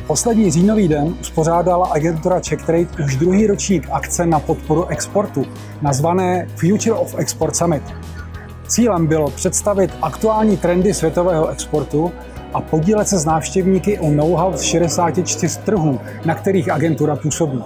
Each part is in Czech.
Poslední říjnový den uspořádala agentura CzechTrade už druhý ročník akce na podporu exportu, nazvané Future of Export Summit. Cílem bylo představit aktuální trendy světového exportu a podílet se s návštěvníky o know-how z 64 trhů, na kterých agentura působí.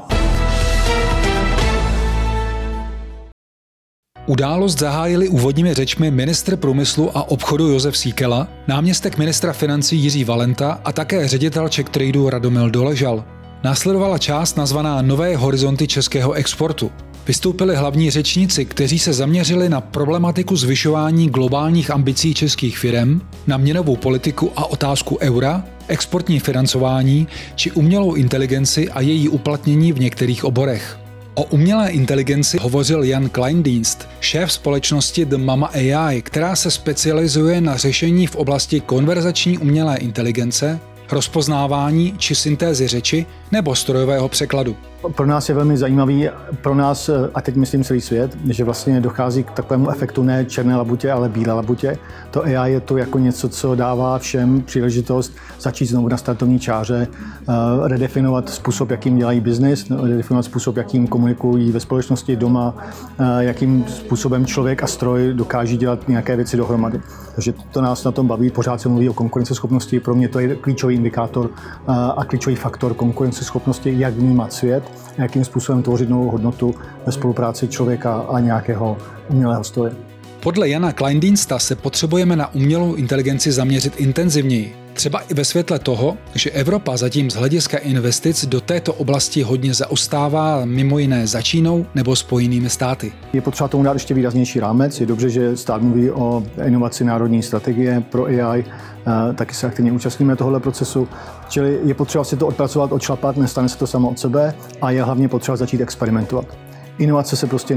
Událost zahájili úvodními řečmi ministr průmyslu a obchodu Josef Síkela, náměstek ministra financí Jiří Valenta a také ředitel CzechTradeu Radomil Doležal. Následovala část nazvaná Nové horizonty českého exportu. Vystoupili hlavní řečníci, kteří se zaměřili na problematiku zvyšování globálních ambicí českých firem, na měnovou politiku a otázku eura, exportní financování či umělou inteligenci a její uplatnění v některých oborech. O umělé inteligenci hovořil Jan Kleindienst, šéf společnosti The Mama AI, která se specializuje na řešení v oblasti konverzační umělé inteligence, rozpoznávání či syntézy řeči nebo strojového překladu. Pro nás je velmi zajímavý, pro nás, a teď myslím celý svět, že vlastně dochází k takovému efektu ne černé labutě, ale bílé labutě. To AI je to jako něco, co dává všem příležitost začít znovu na startovní čáře, redefinovat způsob, jakým dělají biznis, redefinovat způsob, jakým komunikují ve společnosti, doma, jakým způsobem člověk a stroj dokáží dělat nějaké věci dohromady. Takže to nás na tom baví, pořád se mluví o konkurenceschopnosti, pro mě to je klíčový indikátor a klíčový faktor konkurenceschopnosti, jak vnímat svět, jakým způsobem tvořit novou hodnotu ve spolupráci člověka a nějakého umělého stroje. Podle Jana Kleindiensta se potřebujeme na umělou inteligenci zaměřit intenzivněji. Třeba i ve světle toho, že Evropa zatím z hlediska investic do této oblasti hodně zaostává mimo jiné za Čínou nebo Spojenými státy. Je potřeba tomu dát ještě výraznější rámec. Je dobře, že stát mluví o inovaci národní strategie pro AI, taky se aktivně účastníme tohoto procesu. Čili je potřeba si to odpracovat, odšlapat, nestane se to samo od sebe a je hlavně potřeba začít experimentovat. Inovace se prostě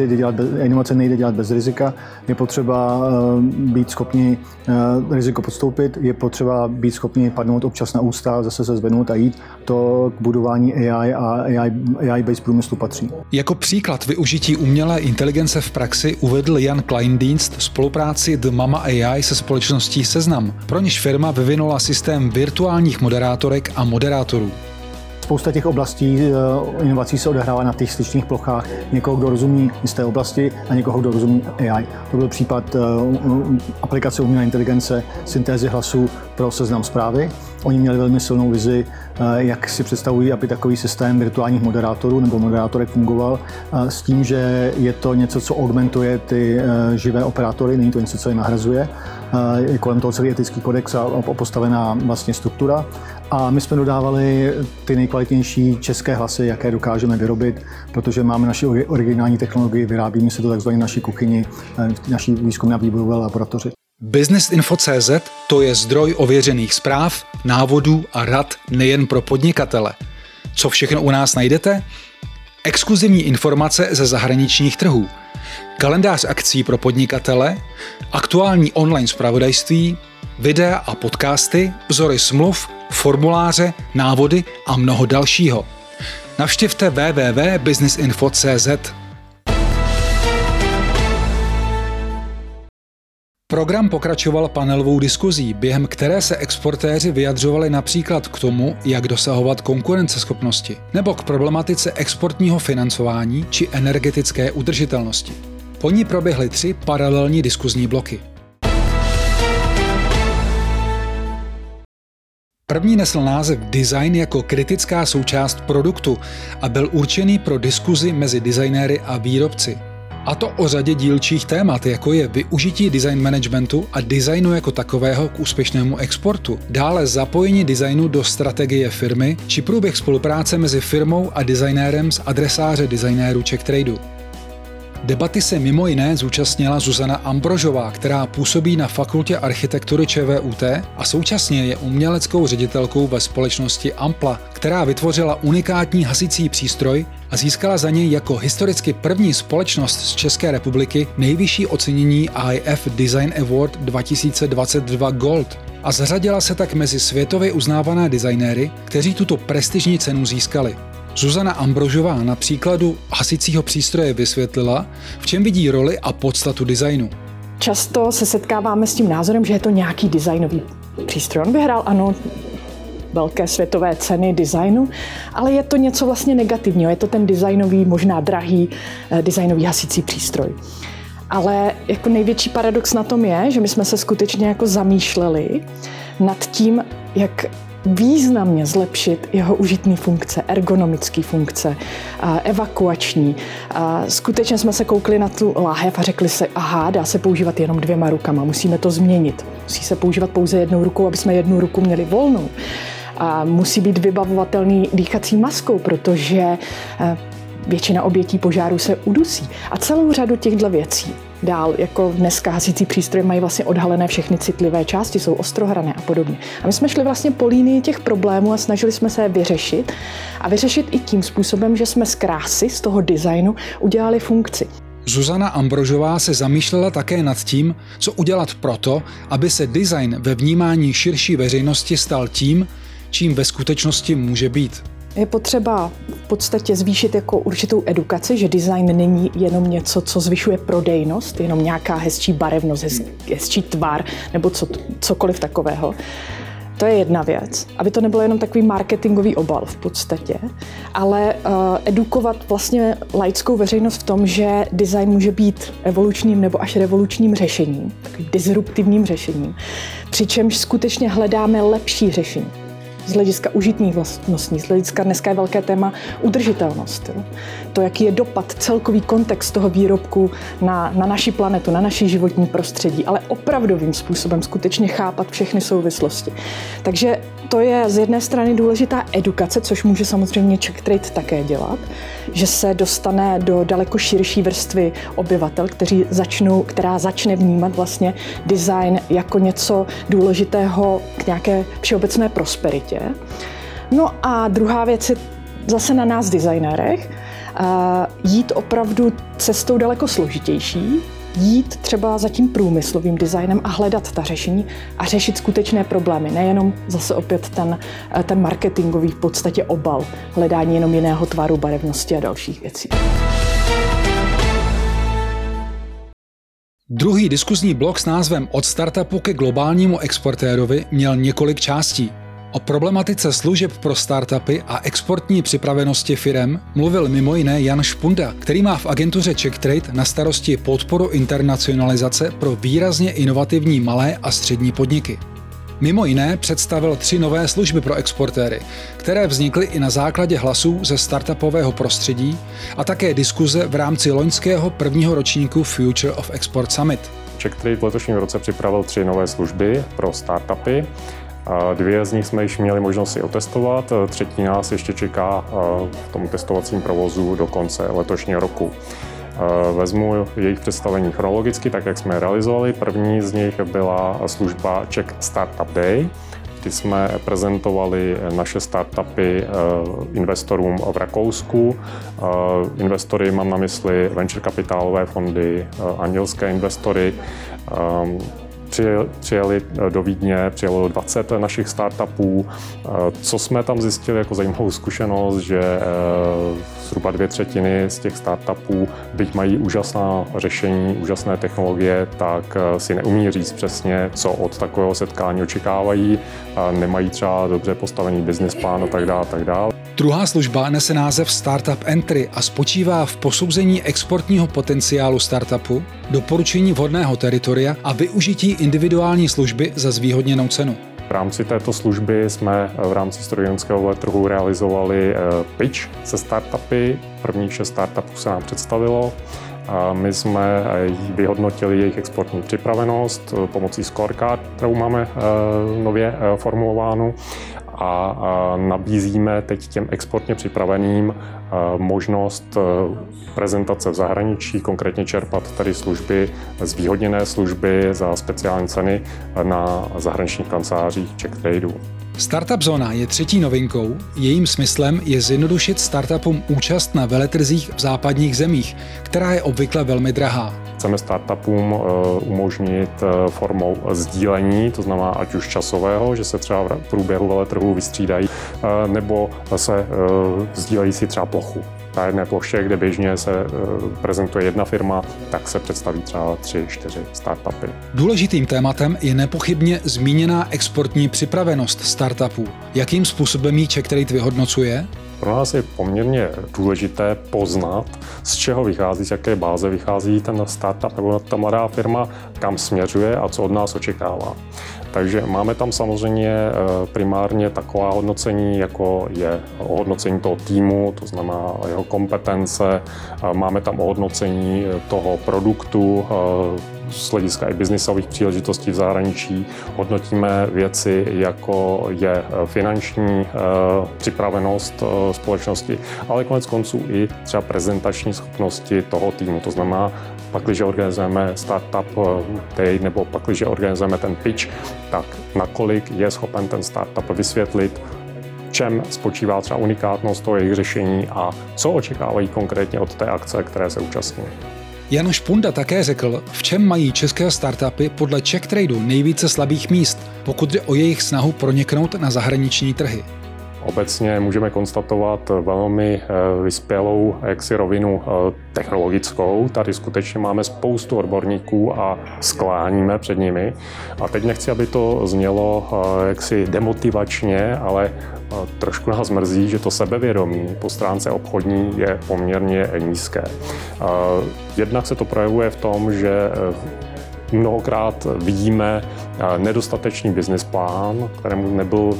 nejde dělat bez rizika. Je potřeba být schopni riziko podstoupit, je potřeba být schopni padnout občas na ústa, zase se zvednout a jít. To k budování AI a AI-based průmyslu patří. Jako příklad využití umělé inteligence v praxi uvedl Jan Kleindienst spolupráci The Mama AI se společností Seznam, pro něž firma vyvinula systém virtuálních moderátorek a moderátorů. Spousta těch oblastí inovací se odehrává na těch styčných plochách. Někoho, kdo rozumí z té oblasti a někoho, kdo rozumí AI. To byl případ aplikace umělé inteligence, syntézy hlasů pro Seznam Zprávy. Oni měli velmi silnou vizi, jak si představují, aby takový systém virtuálních moderátorů nebo moderátorek fungoval, s tím, že je to něco, co augmentuje ty živé operátory, není to něco, co je nahrazuje. Je kolem toho celý etický kodex a postavená vlastně struktura. A my jsme dodávali ty nejkvalitnější české hlasy, jaké dokážeme vyrobit, protože máme naši originální technologii, vyrábíme se to takzvaně v naší kuchyni, v naší výzkumné a vývojové laboratoři. Businessinfo.cz to je zdroj ověřených zpráv, návodů a rad nejen pro podnikatele. Co všechno u nás najdete? Exkluzivní informace ze zahraničních trhů, kalendář akcí pro podnikatele, aktuální online zpravodajství, videa a podcasty, vzory smluv, formuláře, návody a mnoho dalšího. Navštivte www.businessinfo.cz. Program pokračoval panelovou diskuzí, během které se exportéři vyjadřovali například k tomu, jak dosahovat konkurenceschopnosti, nebo k problematice exportního financování či energetické udržitelnosti. Po ní proběhly 3 paralelní diskuzní bloky. První nesl název Design jako kritická součást produktu a byl určený pro diskuzi mezi designéry a výrobci. A to o řadě dílčích témat, jako je využití design managementu a designu jako takového k úspěšnému exportu, dále zapojení designu do strategie firmy či průběh spolupráce mezi firmou a designérem z adresáře designérů CzechTradeu. Debaty se mimo jiné zúčastnila Zuzana Ambrožová, která působí na Fakultě architektury ČVUT a současně je uměleckou ředitelkou ve společnosti Ampla, která vytvořila unikátní hasicí přístroj a získala za něj jako historicky první společnost z České republiky nejvyšší ocenění IF Design Award 2022 Gold a zařadila se tak mezi světově uznávané designéry, kteří tuto prestižní cenu získali. Zuzana Ambrožová na příkladu hasicího přístroje vysvětlila, v čem vidí roli a podstatu designu. Často se setkáváme s tím názorem, že je to nějaký designový přístroj. On vyhrál, ano, velké světové ceny designu, ale je to něco vlastně negativního. Je to ten designový, možná drahý designový hasicí přístroj. Ale jako největší paradox na tom je, že my jsme se skutečně jako zamýšleli nad tím, jak významně zlepšit jeho užitné funkce, ergonomické funkce, evakuační. Skutečně jsme se koukli na tu láhev a řekli si, aha, dá se používat jenom 2 rukama, musíme to změnit. Musí se používat pouze 1 rukou, aby jsme 1 ruku měli volnou. A musí být vybavovatelný dýchací maskou, protože většina obětí požáru se udusí. A celou řadu těchto věcí. Dál, jako dneska hasící přístroje mají vlastně odhalené všechny citlivé části, jsou ostrohrané a podobně. A my jsme šli vlastně po línii těch problémů a snažili jsme se je vyřešit. A vyřešit i tím způsobem, že jsme z krásy, z toho designu udělali funkci. Zuzana Ambrožová se zamýšlela také nad tím, co udělat proto, aby se design ve vnímání širší veřejnosti stal tím, čím ve skutečnosti může být. Je potřeba v podstatě zvýšit jako určitou edukaci, že design není jenom něco, co zvyšuje prodejnost, jenom nějaká hezčí barevnost, hezčí tvar nebo cokoliv takového. To je jedna věc, aby to nebylo jenom takový marketingový obal v podstatě, ale edukovat vlastně laickou veřejnost v tom, že design může být evolučním nebo až revolučním řešením, takovým disruptivním řešením, přičemž skutečně hledáme lepší řešení. Z hlediska užitných vlastností, z hlediska dneska je velké téma udržitelnost. Jo? To, jaký je dopad, celkový kontext toho výrobku na naši planetu, na naše životní prostředí, ale opravdovým způsobem skutečně chápat všechny souvislosti. Takže to je z jedné strany důležitá edukace, což může samozřejmě CheckTrade také dělat, že se dostane do daleko širší vrstvy obyvatel, která začne vnímat vlastně design jako něco důležitého k nějaké všeobecné prosperitě. No a druhá věc je zase na nás designérech, jít opravdu cestou daleko složitější, jít třeba za tím průmyslovým designem a hledat ta řešení a řešit skutečné problémy. Nejenom zase opět ten marketingový v podstatě obal, hledání jenom jiného tvaru, barevnosti a dalších věcí. Druhý diskuzní blok s názvem Od startupu ke globálnímu exportérovi měl několik částí. O problematice služeb pro startupy a exportní připravenosti firem mluvil mimo jiné Jan Špunda, který má v agentuře CheckTrade na starosti podporu internacionalizace pro výrazně inovativní malé a střední podniky. Mimo jiné představil 3 nové služby pro exportéry, které vznikly i na základě hlasů ze startupového prostředí a také diskuze v rámci loňského prvního ročníku Future of Export Summit. CheckTrade v letošním roce připravil 3 nové služby pro startupy. 2 z nich jsme již měli možnost si otestovat, 3. nás ještě čeká v tom testovacím provozu do konce letošního roku. Vezmu jejich představení chronologicky, tak jak jsme je realizovali. První z nich byla služba Czech Startup Day, kdy jsme prezentovali naše startupy investorům v Rakousku. Investory mám na mysli venture kapitálové fondy, andělské investory. Přijeli do Vídně, přijelo 20 našich startupů. Co jsme tam zjistili jako zajímavou zkušenost, že zhruba 2/3 z těch startupů, byť mají úžasná řešení, úžasné technologie, tak si neumí říct přesně, co od takového setkání očekávají. Nemají třeba dobře postavený business plán a tak dále. Druhá služba nese název Startup Entry a spočívá v posouzení exportního potenciálu startupu, doporučení vhodného teritoria a využití individuální služby za zvýhodněnou cenu. V rámci této služby jsme v rámci strojírenského veletrhu realizovali pitch se startupy. Prvních 6 startupů se nám představilo. My jsme vyhodnotili jejich exportní připravenost pomocí scorecard, kterou máme nově formulovánu. A nabízíme teď těm exportně připraveným možnost prezentace v zahraničí, konkrétně čerpat tady služby, zvýhodněné služby za speciální ceny na zahraničních kancelářích CheckTradeu. Startup Zóna je 3. novinkou. Jejím smyslem je zjednodušit startupům účast na veletrzích v západních zemích, která je obvykle velmi drahá. Chceme startupům umožnit formou sdílení, to znamená ať už časového, že se třeba v průběhu veletrhu vystřídají, nebo se sdílejí si třeba plochu. na jedné ploše, kde běžně se prezentuje jedna firma, tak se představí třeba 3-4 startupy. Důležitým tématem je nepochybně zmíněná exportní připravenost startupů. Jakým způsobem ji CheckTrade vyhodnocuje? Pro nás je poměrně důležité poznat, z čeho vychází, z jaké báze vychází ten startup nebo ta mladá firma, kam směřuje a co od nás očekává. Takže máme tam samozřejmě primárně taková hodnocení, jako je ohodnocení toho týmu, to znamená jeho kompetence, máme tam ohodnocení toho produktu, z hlediska i biznisových příležitostí v zahraničí, hodnotíme věci, jako je finanční připravenost společnosti, ale konec konců i třeba prezentační schopnosti toho týmu. To znamená, pakliže organizujeme startup day nebo pakliže organizujeme ten pitch, tak nakolik je schopen ten startup vysvětlit, v čem spočívá třeba unikátnost toho jejich řešení a co očekávají konkrétně od té akce, které se účastní. Janoš Punda také řekl, v čem mají české startupy podle CheckTradeu nejvíce slabých míst, pokud jde o jejich snahu proniknout na zahraniční trhy. Obecně můžeme konstatovat velmi vyspělou rovinu technologickou. Tady skutečně máme spoustu odborníků a skláníme před nimi. A teď nechci, aby to znělo jaksi demotivačně, ale trošku nás mrzí, že to sebevědomí po stránce obchodní je poměrně nízké. Jednak se to projevuje v tom, že mnohokrát vidíme nedostatečný business plán, kterému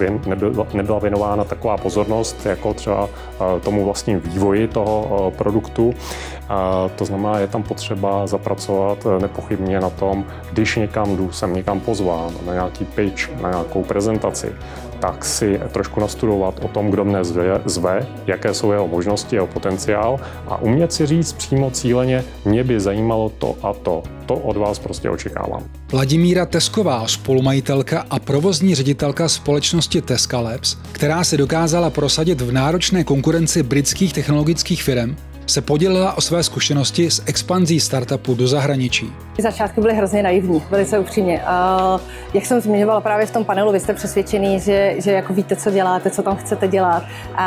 nebyla věnována taková pozornost, jako třeba tomu vlastním vývoji toho produktu. To znamená, je tam potřeba zapracovat nepochybně na tom, když jsem někam pozván na nějaký pitch, na nějakou prezentaci, tak si trošku nastudovat o tom, kdo mne zve, jaké jsou jeho možnosti, jeho potenciál a umět si říct přímo cíleně, mě by zajímalo to a to. To od vás prostě očekávám. Vladimíra Tesková, spolumajitelka a provozní ředitelka společnosti Teska Labs, která se dokázala prosadit v náročné konkurenci britských technologických firm, se podělila o své zkušenosti s expanzí startupu do zahraničí. Začátky byly hrozně naivní, velice upřímně. Jak jsem zmiňovala právě v tom panelu, vy jste přesvědčený, že jako víte, co děláte, co tam chcete dělat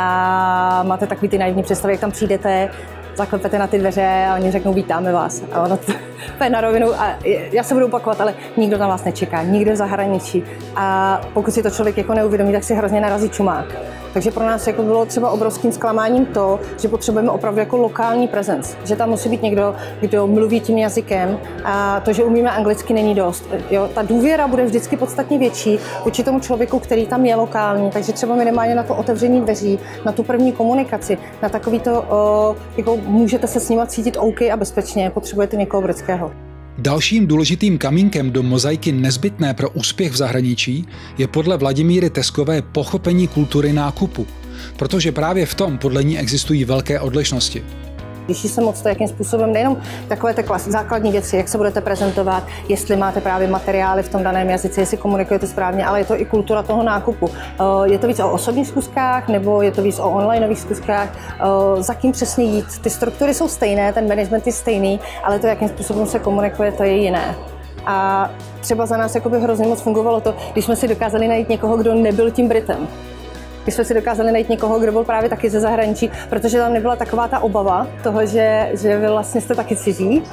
a máte takový ty naivní představy, jak tam přijdete, zaklepete na ty dveře a oni řeknou, vítáme vás. A ono to je na rovinu a já se budu opakovat, ale nikdo na vás nečeká, nikdo v zahraničí. A pokud si to člověk jako neuvědomí, tak si hrozně narazí čumák. Takže pro nás jako bylo třeba obrovským zklamáním to, že potřebujeme opravdu jako lokální presence, že tam musí být někdo, kdo mluví tím jazykem a to, že umíme anglicky, není dost. Jo, ta důvěra bude vždycky podstatně větší vůči tomu člověku, který tam je lokální, takže třeba minimálně na to otevření dveří, na tu první komunikaci, na takový to, jako můžete se s ním cítit OK a bezpečně, potřebujete někoho britského. Dalším důležitým kamínkem do mozaiky nezbytné pro úspěch v zahraničí je podle Vladimíry Teskové pochopení kultury nákupu, protože právě v tom podle ní existují velké odlišnosti. Liší se moc to, jakým způsobem, nejenom takové ty základní věci, jak se budete prezentovat, jestli máte právě materiály v tom daném jazyce, jestli komunikujete správně, ale je to i kultura toho nákupu. Je to víc o osobních zkuskách, nebo je to víc o onlineových zkuskách, za kým přesně jít. Ty struktury jsou stejné, ten management je stejný, ale to, jakým způsobem se komunikuje, to je jiné. A třeba za nás jakoby hrozně moc fungovalo to, když jsme si dokázali najít někoho, kdo nebyl tím Britem. Když jsme si dokázali najít někoho, kdo byl právě taky ze zahraničí, protože tam nebyla taková ta obava toho, že vy vlastně jste taky cizí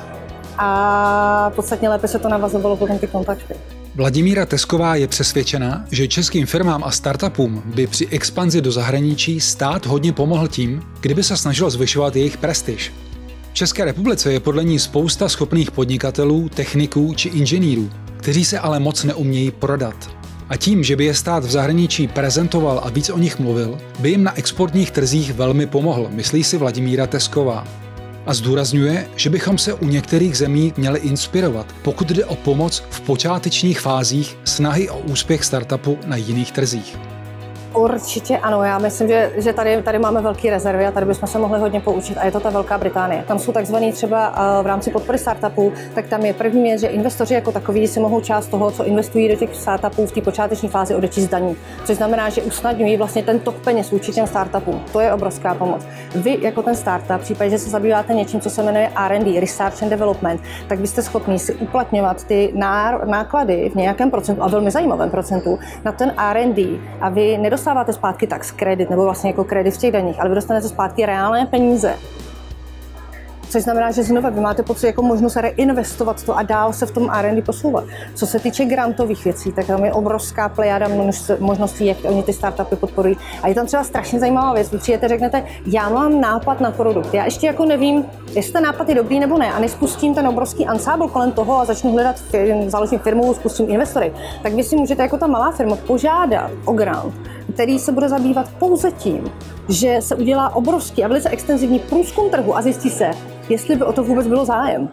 a podstatně lépe se to navazovalo potom ty kontakty. Vladimíra Tesková je přesvědčena, že českým firmám a startupům by při expanzi do zahraničí stát hodně pomohl tím, kdyby se snažil zvyšovat jejich prestiž. V České republice je podle ní spousta schopných podnikatelů, techniků či inženýrů, kteří se ale moc neumějí prodat. A tím, že by je stát v zahraničí prezentoval a víc o nich mluvil, by jim na exportních trzích velmi pomohl, myslí si Vladimíra Tesková. A zdůrazňuje, že bychom se u některých zemí měli inspirovat, pokud jde o pomoc v počátečních fázích snahy o úspěch startupu na jiných trzích. Určitě ano, já myslím, že tady máme velké rezervy a tady bychom se mohli hodně poučit a je to ta Velká Británie. Tam jsou takzvaný třeba v rámci podpory startupů, tak tam je první věc, že investoři jako takoví si mohou část toho, co investují do těch startupů v té počáteční fázi odečíst daní, což znamená, že usnadňují vlastně ten tok peněz vůči těm startupům. To je obrovská pomoc. Vy jako ten startup, v případě, že se zabýváte něčím, co se jmenuje R&D, Research and Development, tak byste schopni si uplatňovat ty náklady v nějakém procentu a velmi zajímavém procentu na ten R&D a vy nedostáváte zpátky tax kredit nebo vlastně jako kredit v těch daních, ale vy dostanete zpátky reálné peníze. Což znamená, že znova vy máte pocit jako možnost reinvestovat to a dál se v tom R&D posouvat. Co se týče grantových věcí, tak tam je obrovská plejáda možností, jak oni ty startupy podporují. A je tam třeba strašně zajímavá věc. Vy přijete, řeknete, já mám nápad na produkt. Já ještě jako nevím, jestli ten nápad je dobrý nebo ne. A nespustím ten obrovský ansábl kolem toho a začnu hledat založím firmu, spustím investory. Tak vy si můžete jako ta malá firma požádat o grant, který se bude zabývat pouze tím, že se udělá obrovský a velice extenzivní průzkum trhu a zjistí se, jestli by o to vůbec bylo zájem.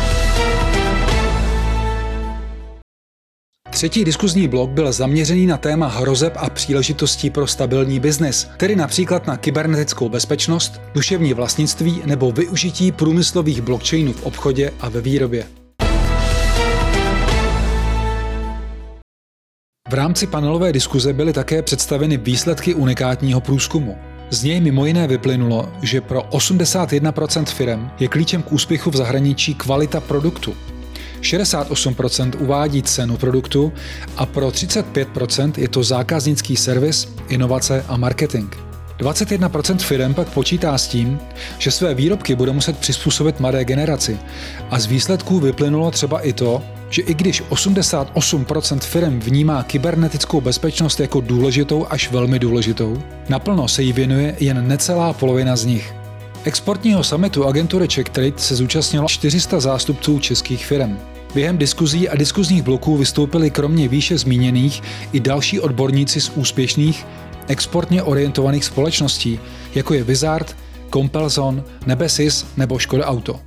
Třetí diskuzní blok byl zaměřený na téma hrozeb a příležitostí pro stabilní biznis, tedy například na kybernetickou bezpečnost, duševní vlastnictví nebo využití průmyslových blockchainů v obchodě a ve výrobě. V rámci panelové diskuze byly také představeny výsledky unikátního průzkumu. Z něj mimo jiné vyplynulo, že pro 81% firem je klíčem k úspěchu v zahraničí kvalita produktu. 68% uvádí cenu produktu a pro 35% je to zákaznický servis, inovace a marketing. 21% firem pak počítá s tím, že své výrobky bude muset přizpůsobit mladé generaci. A z výsledků vyplynulo třeba i to, že i když 88% firem vnímá kybernetickou bezpečnost jako důležitou až velmi důležitou, naplno se jí věnuje jen necelá polovina z nich. Exportního summitu agentury CheckTrade se zúčastnilo 400 zástupců českých firem. Během diskuzí a diskuzních bloků vystoupili kromě výše zmíněných i další odborníci z úspěšných, exportně orientovaných společností, jako je Wizard, Compelzone, Nebesys nebo Škoda Auto.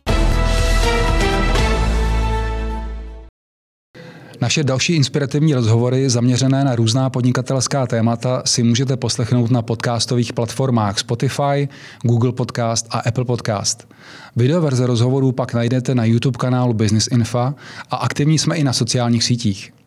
Naše další inspirativní rozhovory zaměřené na různá podnikatelská témata si můžete poslechnout na podcastových platformách Spotify, Google Podcast a Apple Podcast. Videoverze rozhovorů pak najdete na YouTube kanálu Business Info a aktivní jsme i na sociálních sítích.